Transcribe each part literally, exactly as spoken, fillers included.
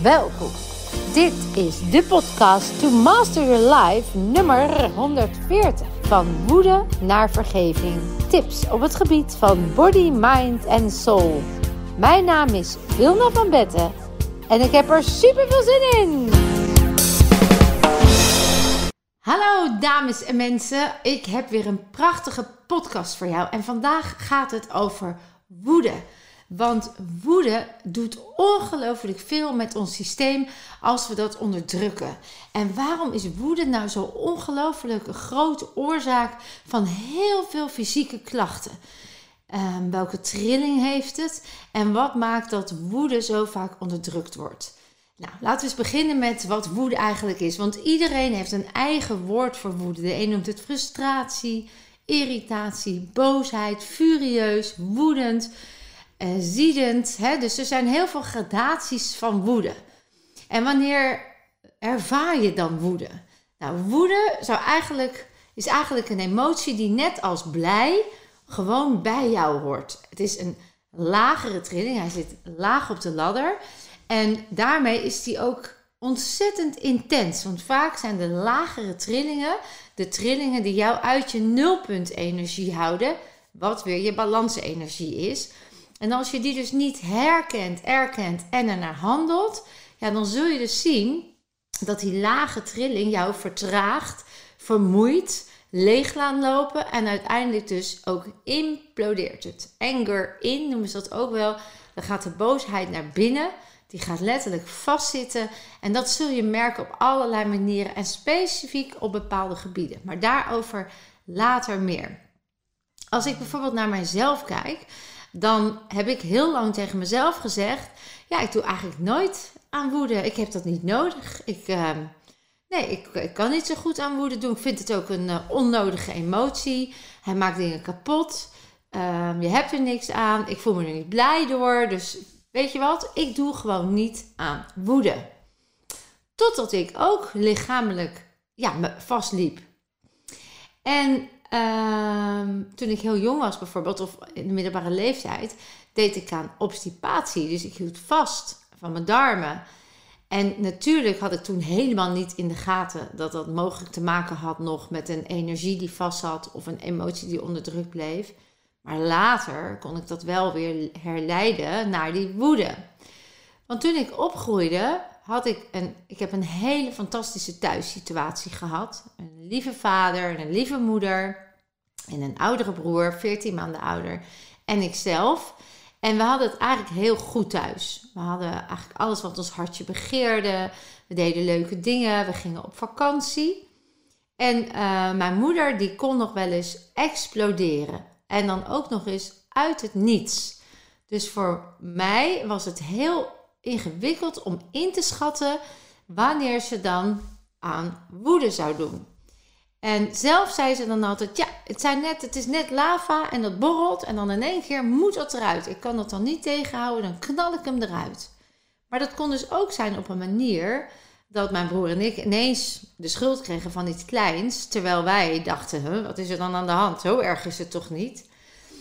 welkom. Dit is de podcast To Master Your Life nummer honderdveertig. Van woede naar vergeving. Tips op het gebied van body, mind en soul. Mijn naam is Wilna van Betten en ik heb er super veel zin in. Hallo dames en mensen, ik heb weer een prachtige podcast voor jou. En vandaag gaat het over woede. Want woede doet ongelooflijk veel met ons systeem als we dat onderdrukken. En waarom is woede nou zo ongelooflijk een grote oorzaak van heel veel fysieke klachten? Um, welke trilling heeft het? En wat maakt dat woede zo vaak onderdrukt wordt? Nou, laten we eens beginnen met wat woede eigenlijk is. Want iedereen heeft een eigen woord voor woede. De een noemt het frustratie, irritatie, boosheid, furieus, woedend, uh, ziedend. Hè? Dus er zijn heel veel gradaties van woede. En wanneer ervaar je dan woede? Nou, woede zou eigenlijk, is eigenlijk een emotie die net als blij gewoon bij jou hoort. Het is een lagere trilling. Hij zit laag op de ladder. En daarmee is die ook ontzettend intens. Want vaak zijn de lagere trillingen de trillingen die jou uit je nulpunt energie houden. Wat weer je balansenergie is. En als je die dus niet herkent, erkent en ernaar handelt. Ja, dan zul je dus zien dat die lage trilling jou vertraagt, vermoeit, leeg laat lopen. En uiteindelijk dus ook implodeert het. Anger in noemen ze dat ook wel. Dan gaat de boosheid naar binnen. Die gaat letterlijk vastzitten en dat zul je merken op allerlei manieren en specifiek op bepaalde gebieden. Maar daarover later meer. Als ik bijvoorbeeld naar mijzelf kijk, dan heb ik heel lang tegen mezelf gezegd, ja, ik doe eigenlijk nooit aan woede. Ik heb dat niet nodig. Ik, uh, nee, ik, ik kan niet zo goed aan woede doen. Ik vind het ook een uh, onnodige emotie. Hij maakt dingen kapot. Uh, je hebt er niks aan. Ik voel me er niet blij door, dus weet je wat? Ik doe gewoon niet aan woede. Totdat ik ook lichamelijk ja, me vastliep. En uh, toen ik heel jong was bijvoorbeeld, of in de middelbare leeftijd, deed ik aan obstipatie. Dus ik hield vast van mijn darmen. En natuurlijk had ik toen helemaal niet in de gaten dat dat mogelijk te maken had nog met een energie die vast zat of een emotie die onderdrukt bleef. Maar later kon ik dat wel weer herleiden naar die woede. Want toen ik opgroeide, had ik een, ik heb een hele fantastische thuissituatie gehad. Een lieve vader en een lieve moeder en een oudere broer, veertien maanden ouder, en ikzelf. En we hadden het eigenlijk heel goed thuis. We hadden eigenlijk alles wat ons hartje begeerde. We deden leuke dingen, we gingen op vakantie. En uh, mijn moeder die kon nog wel eens exploderen. En dan ook nog eens uit het niets. Dus voor mij was het heel ingewikkeld om in te schatten wanneer ze dan aan woede zou doen. En zelf zei ze dan altijd, ja, het, zijn net, het is net lava en dat borrelt en dan in één keer moet dat eruit. Ik kan dat dan niet tegenhouden, dan knal ik hem eruit. Maar dat kon dus ook zijn op een manier dat mijn broer en ik ineens de schuld kregen van iets kleins. Terwijl wij dachten, huh, wat is er dan aan de hand? Zo erg is het toch niet?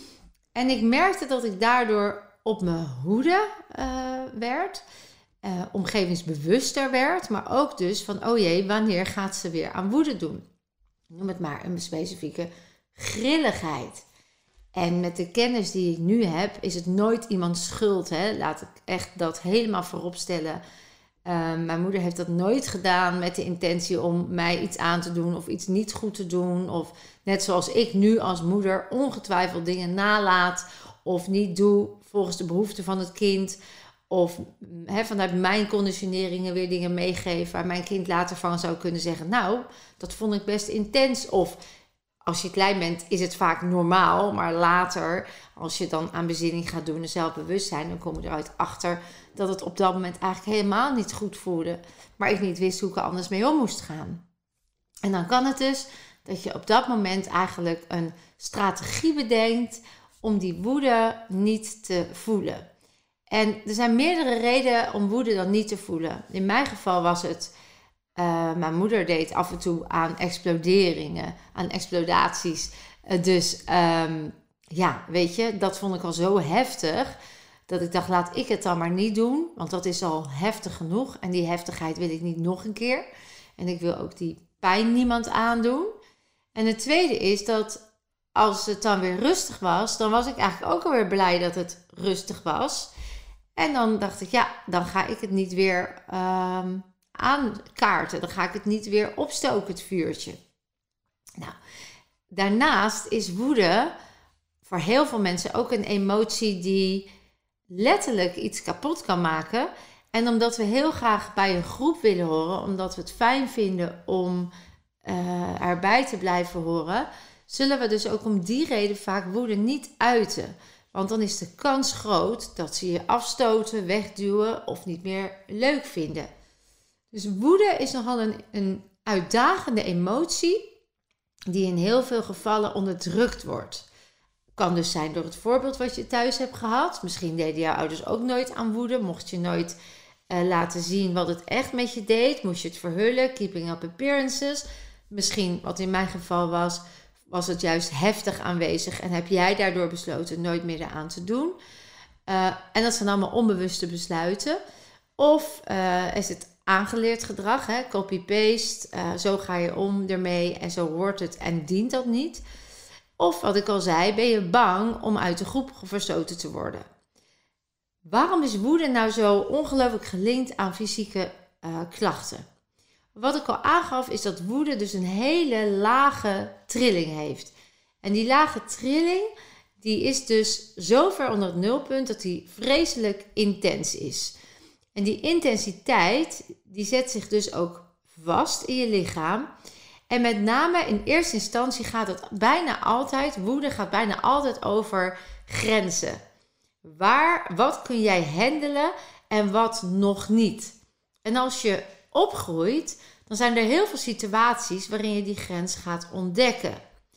En ik merkte dat ik daardoor op mijn hoede uh, werd. Uh, omgevingsbewuster werd. Maar ook dus van, oh jee, wanneer gaat ze weer aan woede doen? Noem het maar een specifieke grilligheid. En met de kennis die ik nu heb, is het nooit iemands schuld. Hè? Laat ik echt dat helemaal voorop stellen. Uh, mijn moeder heeft dat nooit gedaan met de intentie om mij iets aan te doen of iets niet goed te doen. Of net zoals ik nu als moeder ongetwijfeld dingen nalaat of niet doe volgens de behoeften van het kind. Of he, vanuit mijn conditioneringen weer dingen meegeven waar mijn kind later van zou kunnen zeggen, nou, dat vond ik best intens. Of als je klein bent is het vaak normaal, maar later als je dan aan bezinning gaat doen en zelfbewustzijn, dan kom je eruit achter dat het op dat moment eigenlijk helemaal niet goed voelde. Maar ik niet wist hoe ik er anders mee om moest gaan. En dan kan het dus dat je op dat moment eigenlijk een strategie bedenkt om die woede niet te voelen. En er zijn meerdere redenen om woede dan niet te voelen. In mijn geval was het, uh, mijn moeder deed af en toe aan exploderingen, aan explodaties. Uh, dus um, ja, weet je, dat vond ik al zo heftig Dat ik dacht, laat ik het dan maar niet doen. Want dat is al heftig genoeg. En die heftigheid wil ik niet nog een keer. En ik wil ook die pijn niemand aandoen. En het tweede is dat als het dan weer rustig was, dan was ik eigenlijk ook alweer blij dat het rustig was. En dan dacht ik, ja, dan ga ik het niet weer um, aankaarten. Dan ga ik het niet weer opstoken, het vuurtje. Nou, daarnaast is woede voor heel veel mensen ook een emotie die letterlijk iets kapot kan maken. En omdat we heel graag bij een groep willen horen, omdat we het fijn vinden om uh, erbij te blijven horen, zullen we dus ook om die reden vaak woede niet uiten. Want dan is de kans groot dat ze je afstoten, wegduwen of niet meer leuk vinden. Dus woede is nogal een, een uitdagende emotie die in heel veel gevallen onderdrukt wordt. Kan dus zijn door het voorbeeld wat je thuis hebt gehad. Misschien deden jouw ouders ook nooit aan woede. Mocht je nooit uh, laten zien wat het echt met je deed. Moest je het verhullen, keeping up appearances. Misschien, wat in mijn geval was, was het juist heftig aanwezig. En heb jij daardoor besloten nooit meer eraan te doen. Uh, en dat zijn allemaal onbewuste besluiten. Of uh, is het aangeleerd gedrag, hè? Copy-paste. Uh, zo ga je om ermee en zo hoort het en dient dat niet. Of wat ik al zei, ben je bang om uit de groep verstoten te worden. Waarom is woede nou zo ongelooflijk gelinkt aan fysieke uh, klachten? Wat ik al aangaf is dat woede dus een hele lage trilling heeft. En die lage trilling die is dus zo ver onder het nulpunt dat die vreselijk intens is. En die intensiteit die zet zich dus ook vast in je lichaam. En met name in eerste instantie gaat het bijna altijd, woede gaat bijna altijd over grenzen. Waar, wat kun jij handelen en wat nog niet? En als je opgroeit, dan zijn er heel veel situaties waarin je die grens gaat ontdekken.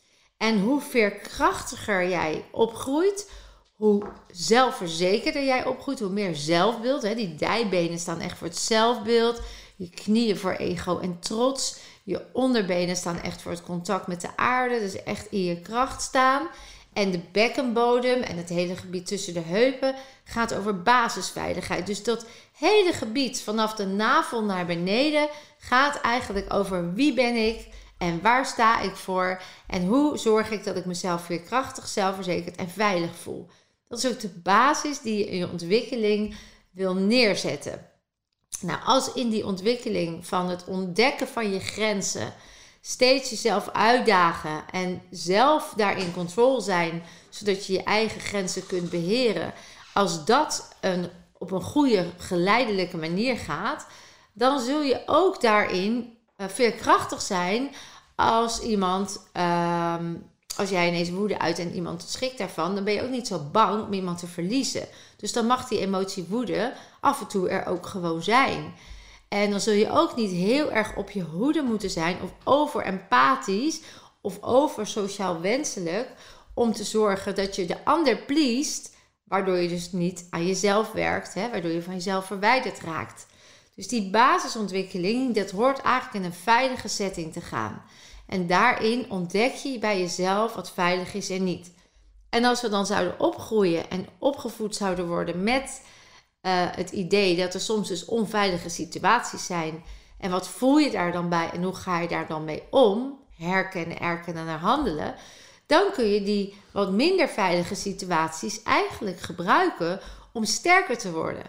En hoe veerkrachtiger jij opgroeit, hoe zelfverzekerder jij opgroeit, hoe meer zelfbeeld. Hè, die dijbenen staan echt voor het zelfbeeld. Je knieën voor ego en trots. Je onderbenen staan echt voor het contact met de aarde. Dus echt in je kracht staan. En de bekkenbodem en het hele gebied tussen de heupen gaat over basisveiligheid. Dus dat hele gebied vanaf de navel naar beneden gaat eigenlijk over wie ben ik en waar sta ik voor. En hoe zorg ik dat ik mezelf veerkrachtig, zelfverzekerd en veilig voel. Dat is ook de basis die je in je ontwikkeling wil neerzetten. Nou, als in die ontwikkeling van het ontdekken van je grenzen steeds jezelf uitdagen en zelf daarin controle zijn, zodat je je eigen grenzen kunt beheren. Als dat een, op een goede, geleidelijke manier gaat, dan zul je ook daarin uh, veerkrachtig zijn als iemand, uh, als jij ineens woede uit en iemand schrikt daarvan, dan ben je ook niet zo bang om iemand te verliezen. Dus dan mag die emotie woede af en toe er ook gewoon zijn. En dan zul je ook niet heel erg op je hoede moeten zijn of over empathisch of over sociaal wenselijk om te zorgen dat je de ander pleest, waardoor je dus niet aan jezelf werkt, hè, waardoor je van jezelf verwijderd raakt. Dus die basisontwikkeling, dat hoort eigenlijk in een veilige setting te gaan. En daarin ontdek je bij jezelf wat veilig is en niet. En als we dan zouden opgroeien en opgevoed zouden worden met uh, het idee dat er soms dus onveilige situaties zijn. En wat voel je daar dan bij en hoe ga je daar dan mee om? Herkennen, erkennen en handelen. Dan kun je die wat minder veilige situaties eigenlijk gebruiken om sterker te worden.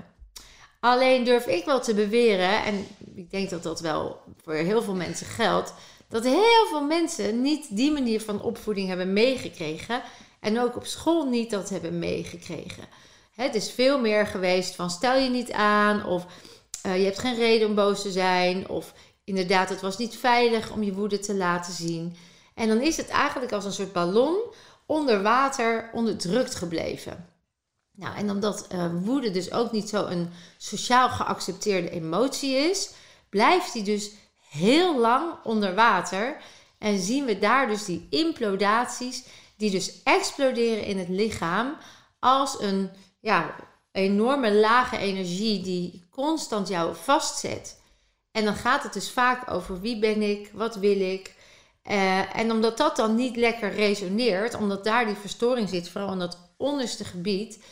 Alleen durf ik wel te beweren, en ik denk dat dat wel voor heel veel mensen geldt, dat heel veel mensen niet die manier van opvoeding hebben meegekregen en ook op school niet dat hebben meegekregen. Het is veel meer geweest van stel je niet aan of uh, je hebt geen reden om boos te zijn of inderdaad het was niet veilig om je woede te laten zien. En dan is het eigenlijk als een soort ballon onder water onderdrukt gebleven. Nou, en omdat uh, woede dus ook niet zo een sociaal geaccepteerde emotie is, blijft die dus heel lang onder water. En zien we daar dus die implodaties die dus exploderen in het lichaam als een ja, enorme lage energie die constant jou vastzet. En dan gaat het dus vaak over wie ben ik, wat wil ik. Uh, en omdat dat dan niet lekker resoneert, omdat daar die verstoring zit, vooral in dat onderste gebied,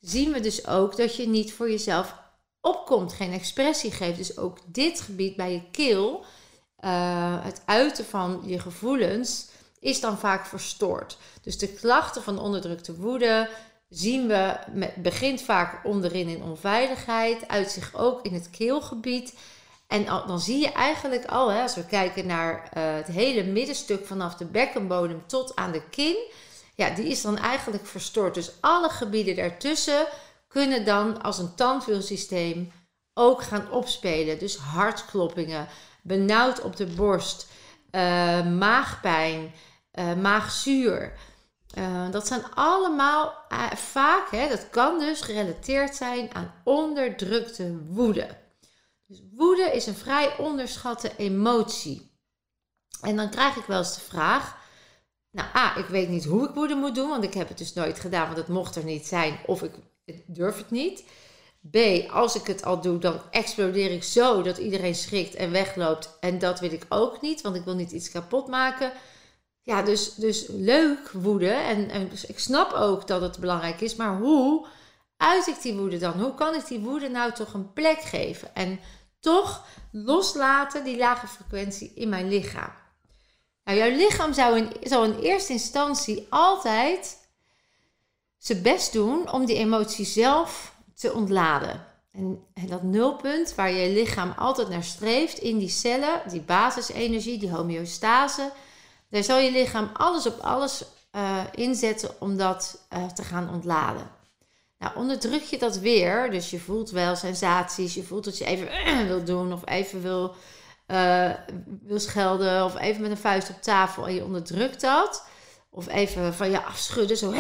zien we dus ook dat je niet voor jezelf opkomt, geen expressie geeft. Dus ook dit gebied bij je keel, uh, het uiten van je gevoelens, is dan vaak verstoord. Dus de klachten van onderdrukte woede zien we, met, begint vaak onderin in onveiligheid, uit zich ook in het keelgebied. En al, dan zie je eigenlijk al, hè, als we kijken naar uh, het hele middenstuk vanaf de bekkenbodem tot aan de kin, ja, die is dan eigenlijk verstoord. Dus alle gebieden daartussen kunnen dan als een tandwielsysteem ook gaan opspelen. Dus hartkloppingen, benauwd op de borst, uh, maagpijn, uh, maagzuur. Uh, dat zijn allemaal uh, vaak, hè, dat kan dus gerelateerd zijn aan onderdrukte woede. Dus woede is een vrij onderschatte emotie. En dan krijg ik wel eens de vraag, nou A, ik weet niet hoe ik woede moet doen, want ik heb het dus nooit gedaan, want het mocht er niet zijn of ik, ik durf het niet. B, als ik het al doe, dan explodeer ik zo dat iedereen schrikt en wegloopt. En dat wil ik ook niet, want ik wil niet iets kapot maken. Ja, dus, dus leuk woede. En, en dus ik snap ook dat het belangrijk is. Maar hoe uit ik die woede dan? Hoe kan ik die woede nou toch een plek geven? En toch loslaten die lage frequentie in mijn lichaam. Nou, jouw lichaam zou in, zou in eerste instantie altijd zijn best doen om die emotie zelf te ontladen. En, en dat nulpunt waar je lichaam altijd naar streeft in die cellen, die basisenergie, die homeostase, daar zal je lichaam alles op alles uh, inzetten om dat uh, te gaan ontladen. Nou, onderdruk je dat weer, dus je voelt wel sensaties, je voelt dat je even uh, wil doen of even wil, uh, wil schelden of even met een vuist op tafel en je onderdrukt dat. Of even van je afschudden, zo,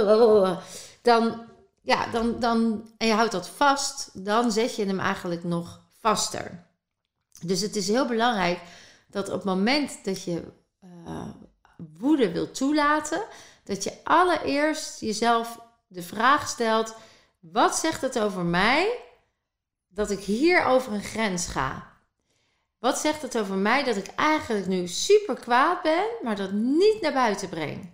dan, ja, dan, dan, en je houdt dat vast, dan zet je hem eigenlijk nog vaster. Dus het is heel belangrijk dat op het moment dat je uh, woede wilt toelaten, dat je allereerst jezelf de vraag stelt, wat zegt het over mij dat ik hier over een grens ga? Wat zegt het over mij dat ik eigenlijk nu super kwaad ben, maar dat niet naar buiten breng?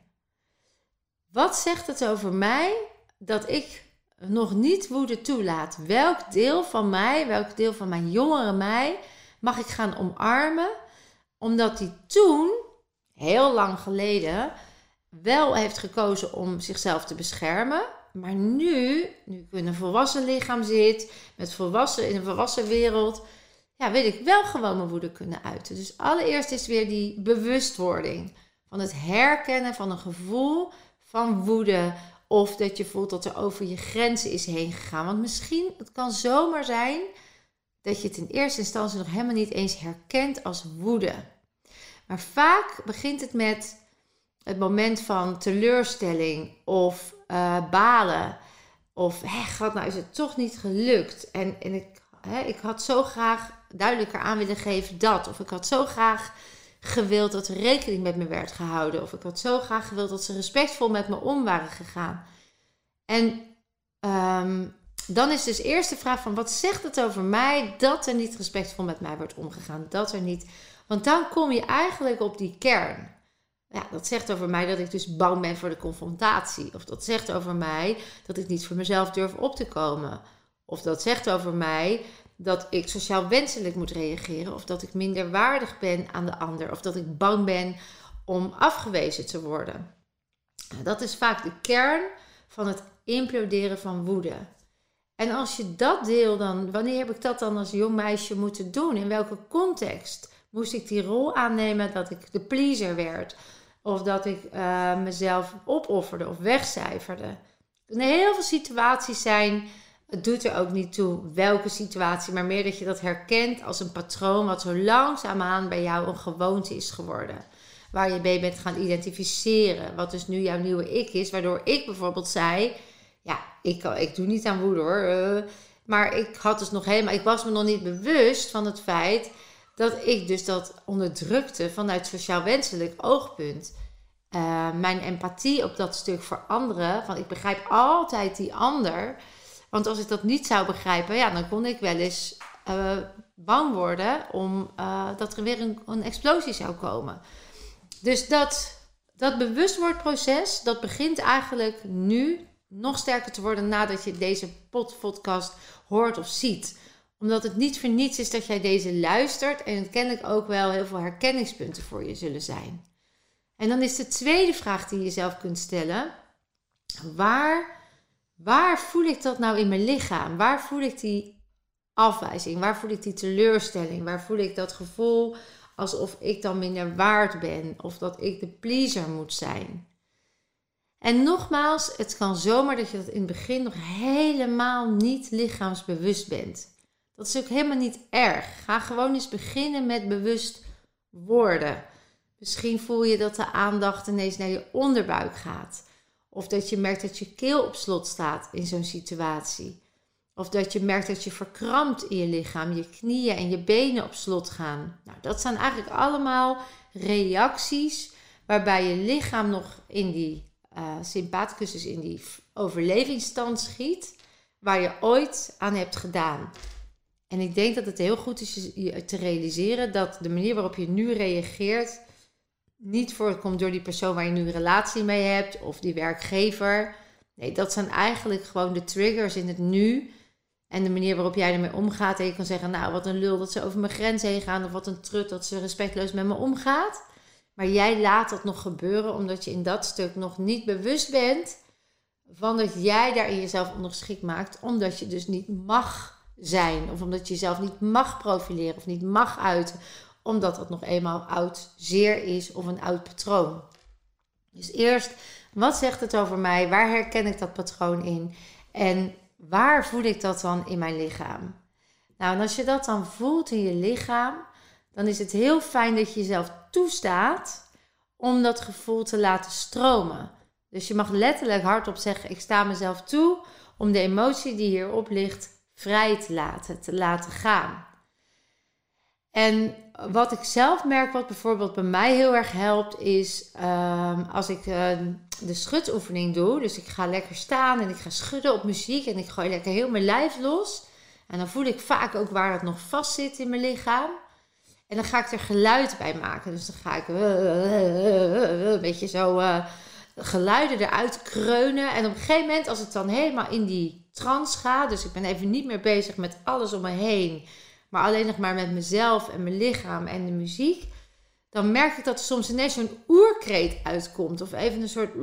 Wat zegt het over mij dat ik nog niet woede toelaat? Welk deel van mij, welk deel van mijn jongere mij mag ik gaan omarmen? Omdat die toen, heel lang geleden, wel heeft gekozen om zichzelf te beschermen. Maar nu, nu ik in een volwassen lichaam zit, met volwassen, in een volwassen wereld, ja, wil ik wel gewoon mijn woede kunnen uiten. Dus allereerst is weer die bewustwording van het herkennen van een gevoel van woede. Of dat je voelt dat er over je grenzen is heen gegaan. Want misschien, het kan zomaar zijn dat je het in eerste instantie nog helemaal niet eens herkent als woede. Maar vaak begint het met het moment van teleurstelling of uh, balen. Of, hé, god, nou is het toch niet gelukt. En, en ik, hè, ik had zo graag duidelijker aan willen geven dat. Of ik had zo graag gewild dat er rekening met me werd gehouden. Of ik had zo graag gewild dat ze respectvol met me om waren gegaan. En um, dan is dus eerst de vraag van, wat zegt het over mij dat er niet respectvol met mij wordt omgegaan? Dat er niet... Want dan kom je eigenlijk op die kern. Ja, dat zegt over mij dat ik dus bang ben voor de confrontatie. Of dat zegt over mij dat ik niet voor mezelf durf op te komen. Of dat zegt over mij dat ik sociaal wenselijk moet reageren. Of dat ik minder waardig ben aan de ander. Of dat ik bang ben om afgewezen te worden. Dat is vaak de kern van het imploderen van woede. En als je dat deel dan, wanneer heb ik dat dan als jong meisje moeten doen? In welke context moest ik die rol aannemen dat ik de pleaser werd? Of dat ik uh, mezelf opofferde of wegcijferde? Er kunnen heel veel situaties zijn. Het doet er ook niet toe welke situatie, maar meer dat je dat herkent als een patroon wat zo langzaamaan bij jou een gewoonte is geworden. Waar je mee bent gaan identificeren. Wat dus nu jouw nieuwe ik is. Waardoor ik bijvoorbeeld zei, ja, ik, ik doe niet aan woede hoor. Uh, maar ik had dus nog helemaal, ik was me nog niet bewust van het feit dat ik dus dat onderdrukte vanuit sociaal wenselijk oogpunt. Uh, mijn empathie op dat stuk voor anderen, van ik begrijp altijd die ander. Want als ik dat niet zou begrijpen, ja, dan kon ik wel eens uh, bang worden om uh, dat er weer een, een explosie zou komen. Dus dat, dat bewustwordproces, dat begint eigenlijk nu nog sterker te worden nadat je deze podcast hoort of ziet. Omdat het niet voor niets is dat jij deze luistert en het kennelijk ook wel heel veel herkenningspunten voor je zullen zijn. En dan is de tweede vraag die je jezelf kunt stellen. Waar, waar voel ik dat nou in mijn lichaam? Waar voel ik die afwijzing? Waar voel ik die teleurstelling? Waar voel ik dat gevoel alsof ik dan minder waard ben? Of dat ik de pleaser moet zijn? En nogmaals, het kan zomaar dat je dat in het begin nog helemaal niet lichaamsbewust bent. Dat is ook helemaal niet erg. Ga gewoon eens beginnen met bewust worden. Misschien voel je dat de aandacht ineens naar je onderbuik gaat. Of dat je merkt dat je keel op slot staat in zo'n situatie. Of dat je merkt dat je verkrampt in je lichaam, je knieën en je benen op slot gaan. Nou, dat zijn eigenlijk allemaal reacties waarbij je lichaam nog in die uh, sympathicus, dus in die overlevingsstand schiet, waar je ooit aan hebt gedaan. En ik denk dat het heel goed is je te realiseren dat de manier waarop je nu reageert niet voortkomt door die persoon waar je nu een relatie mee hebt of die werkgever. Nee, dat zijn eigenlijk gewoon de triggers in het nu en de manier waarop jij ermee omgaat. En je kan zeggen, nou wat een lul dat ze over mijn grens heen gaan of wat een trut dat ze respectloos met me omgaat. Maar jij laat dat nog gebeuren omdat je in dat stuk nog niet bewust bent van dat jij daarin jezelf ondergeschikt maakt, omdat je dus niet mag zijn of omdat je jezelf niet mag profileren of niet mag uiten, omdat dat nog eenmaal oud zeer is of een oud patroon. Dus eerst, wat zegt het over mij? Waar herken ik dat patroon in? En waar voel ik dat dan in mijn lichaam? Nou, en als je dat dan voelt in je lichaam, dan is het heel fijn dat je jezelf toestaat om dat gevoel te laten stromen. Dus je mag letterlijk hardop zeggen, ik sta mezelf toe om de emotie die hierop ligt vrij te laten, te laten gaan. En wat ik zelf merk, wat bijvoorbeeld bij mij heel erg helpt, is um, als ik uh, de schudoefening doe. Dus ik ga lekker staan en ik ga schudden op muziek en ik gooi lekker heel mijn lijf los. En dan voel ik vaak ook waar het nog vast zit in mijn lichaam. En dan ga ik er geluid bij maken. Dus dan ga ik uh, uh, uh, een beetje zo uh, geluiden eruit kreunen. En op een gegeven moment, als het dan helemaal in die trance gaat, dus ik ben even niet meer bezig met alles om me heen, maar alleen nog maar met mezelf en mijn lichaam en de muziek, dan merk ik dat er soms ineens zo'n oerkreet uitkomt. Of even een soort,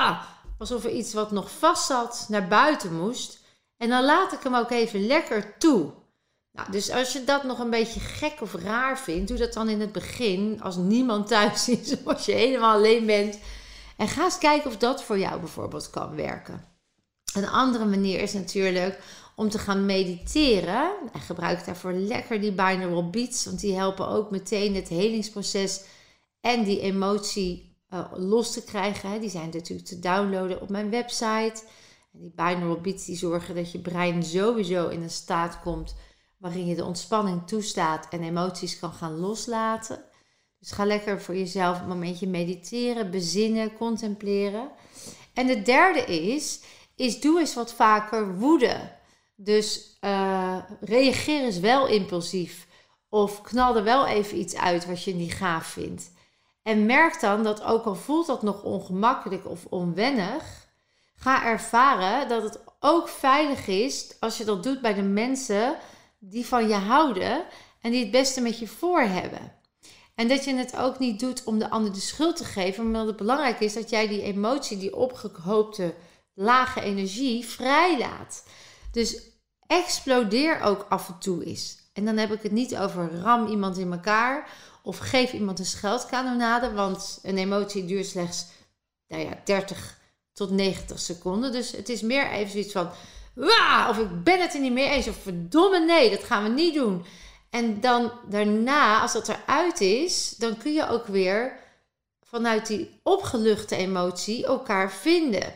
alsof er iets wat nog vast zat naar buiten moest. En dan laat ik hem ook even lekker toe. Nou, dus als je dat nog een beetje gek of raar vindt, doe dat dan in het begin, als niemand thuis is, of als je helemaal alleen bent. En ga eens kijken of dat voor jou bijvoorbeeld kan werken. Een andere manier is natuurlijk om te gaan mediteren. En gebruik daarvoor lekker die binaural beats, want die helpen ook meteen het helingsproces en die emotie uh, los te krijgen. Die zijn natuurlijk te downloaden op mijn website. En die binaural beats die zorgen dat je brein sowieso in een staat komt waarin je de ontspanning toestaat en emoties kan gaan loslaten. Dus ga lekker voor jezelf een momentje mediteren, bezinnen, contempleren. En de derde is, is doe eens wat vaker woede. Dus uh, reageer eens wel impulsief. Of knal er wel even iets uit wat je niet gaaf vindt. En merk dan dat ook al voelt dat nog ongemakkelijk of onwennig, ga ervaren dat het ook veilig is als je dat doet bij de mensen die van je houden en die het beste met je voor hebben. En dat je het ook niet doet om de ander de schuld te geven, maar dat het belangrijk is dat jij die emotie, die opgehoopte lage energie vrijlaat. Dus explodeer ook af en toe eens. En dan heb ik het niet over ram iemand in elkaar of geef iemand een scheldkanonade, want een emotie duurt slechts nou ja, dertig tot negentig seconden. Dus het is meer even zoiets van, Wah! Of ik ben het er niet mee eens, of verdomme nee, dat gaan we niet doen. En dan daarna, als dat eruit is, dan kun je ook weer vanuit die opgeluchte emotie elkaar vinden.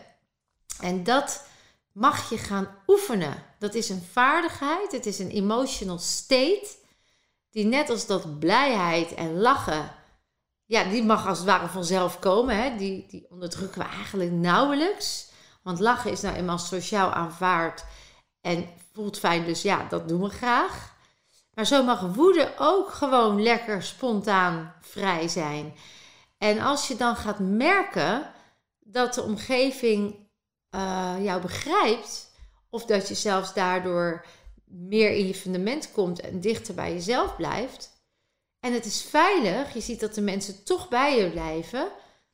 En dat mag je gaan oefenen. Dat is een vaardigheid, het is een emotional state, die net als dat blijheid en lachen, ja, die mag als het ware vanzelf komen. Hè? Die, die onderdrukken we eigenlijk nauwelijks. Want lachen is nou eenmaal sociaal aanvaard en voelt fijn, dus ja, dat doen we graag. Maar zo mag woede ook gewoon lekker spontaan vrij zijn. En als je dan gaat merken dat de omgeving uh, jou begrijpt. Of dat je zelfs daardoor meer in je fundament komt en dichter bij jezelf blijft. En het is veilig, je ziet dat de mensen toch bij je blijven.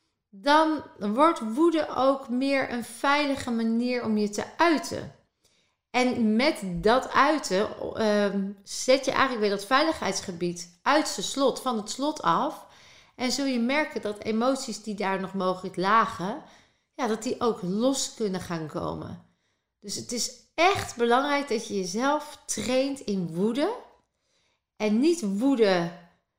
Dan wordt woede ook meer een veilige manier om je te uiten. En met dat uiten uh, zet je eigenlijk weer dat veiligheidsgebied uit zijn slot, van het slot af. En zul je merken dat emoties die daar nog mogelijk lagen, ja, dat die ook los kunnen gaan komen. Dus het is echt belangrijk dat je jezelf traint in woede. En niet woede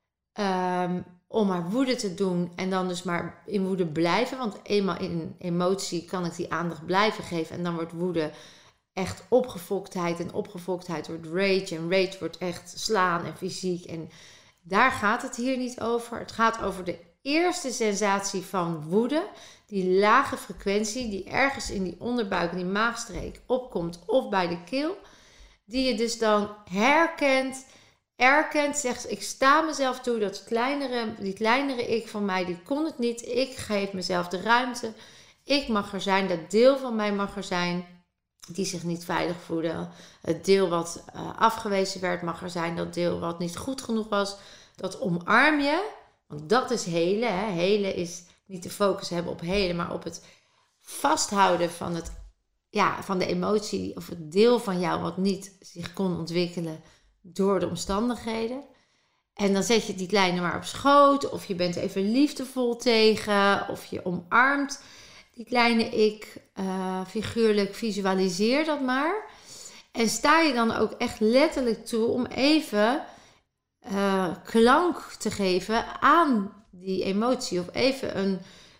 um, om maar woede te doen en dan dus maar in woede blijven. Want eenmaal in een emotie kan ik die aandacht blijven geven. En dan wordt woede echt opgefoktheid. En opgefoktheid wordt rage. En rage wordt echt slaan en fysiek. En daar gaat het hier niet over. Het gaat over de eerste sensatie van woede. Die lage frequentie die ergens in die onderbuik, in die maagstreek opkomt of bij de keel. Die je dus dan herkent, erkent, zegt ik sta mezelf toe. Dat kleinere, die kleinere ik van mij, die kon het niet. Ik geef mezelf de ruimte. Ik mag er zijn, dat deel van mij mag er zijn. Die zich niet veilig voelde. Het deel wat uh, afgewezen werd mag er zijn. Dat deel wat niet goed genoeg was. Dat omarm je. Want dat is helen. Hè. Helen is niet de focus hebben op helen. Maar op het vasthouden van, het, ja, van de emotie. Of het deel van jou wat niet zich kon ontwikkelen. Door de omstandigheden. En dan zet je die kleine maar op schoot. Of je bent even liefdevol tegen. Of je omarmt die kleine ik, uh, figuurlijk, visualiseer dat maar. En sta je dan ook echt letterlijk toe om even uh, klank te geven aan die emotie. Of even een,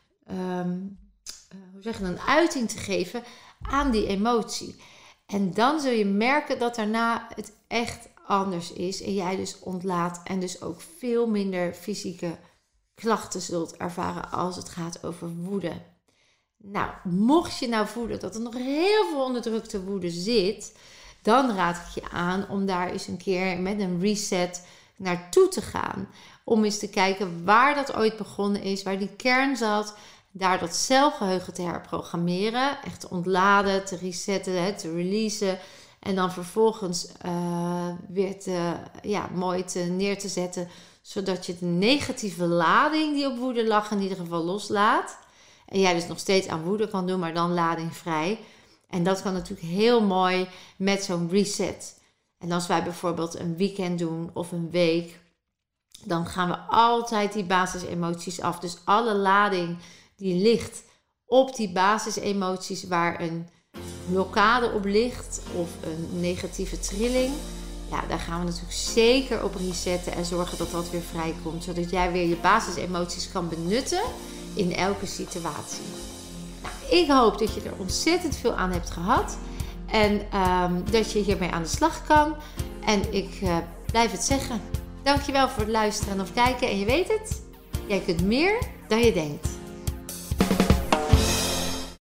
um, uh, hoe zeg je, een uiting te geven aan die emotie. En dan zul je merken dat daarna het echt anders is. En jij dus ontlaat en dus ook veel minder fysieke klachten zult ervaren als het gaat over woede. Nou, mocht je nou voelen dat er nog heel veel onderdrukte woede zit, dan raad ik je aan om daar eens een keer met een reset naartoe te gaan. Om eens te kijken waar dat ooit begonnen is, waar die kern zat, daar dat zelfgeheugen te herprogrammeren, echt te ontladen, te resetten, te releasen en dan vervolgens uh, weer te, ja, mooi te, neer te zetten, zodat je de negatieve lading die op woede lag in ieder geval loslaat. En jij dus nog steeds aan woede kan doen, maar dan ladingvrij. En dat kan natuurlijk heel mooi met zo'n reset. En als wij bijvoorbeeld een weekend doen of een week, dan gaan we altijd die basisemoties af. Dus alle lading die ligt op die basisemoties waar een blokkade op ligt of een negatieve trilling. Ja, daar gaan we natuurlijk zeker op resetten en zorgen dat dat weer vrijkomt. Zodat jij weer je basisemoties kan benutten in elke situatie. Nou, ik hoop dat je er ontzettend veel aan hebt gehad. En um, dat je hiermee aan de slag kan. En ik uh, blijf het zeggen. Dankjewel voor het luisteren of kijken. En je weet het, jij kunt meer dan je denkt.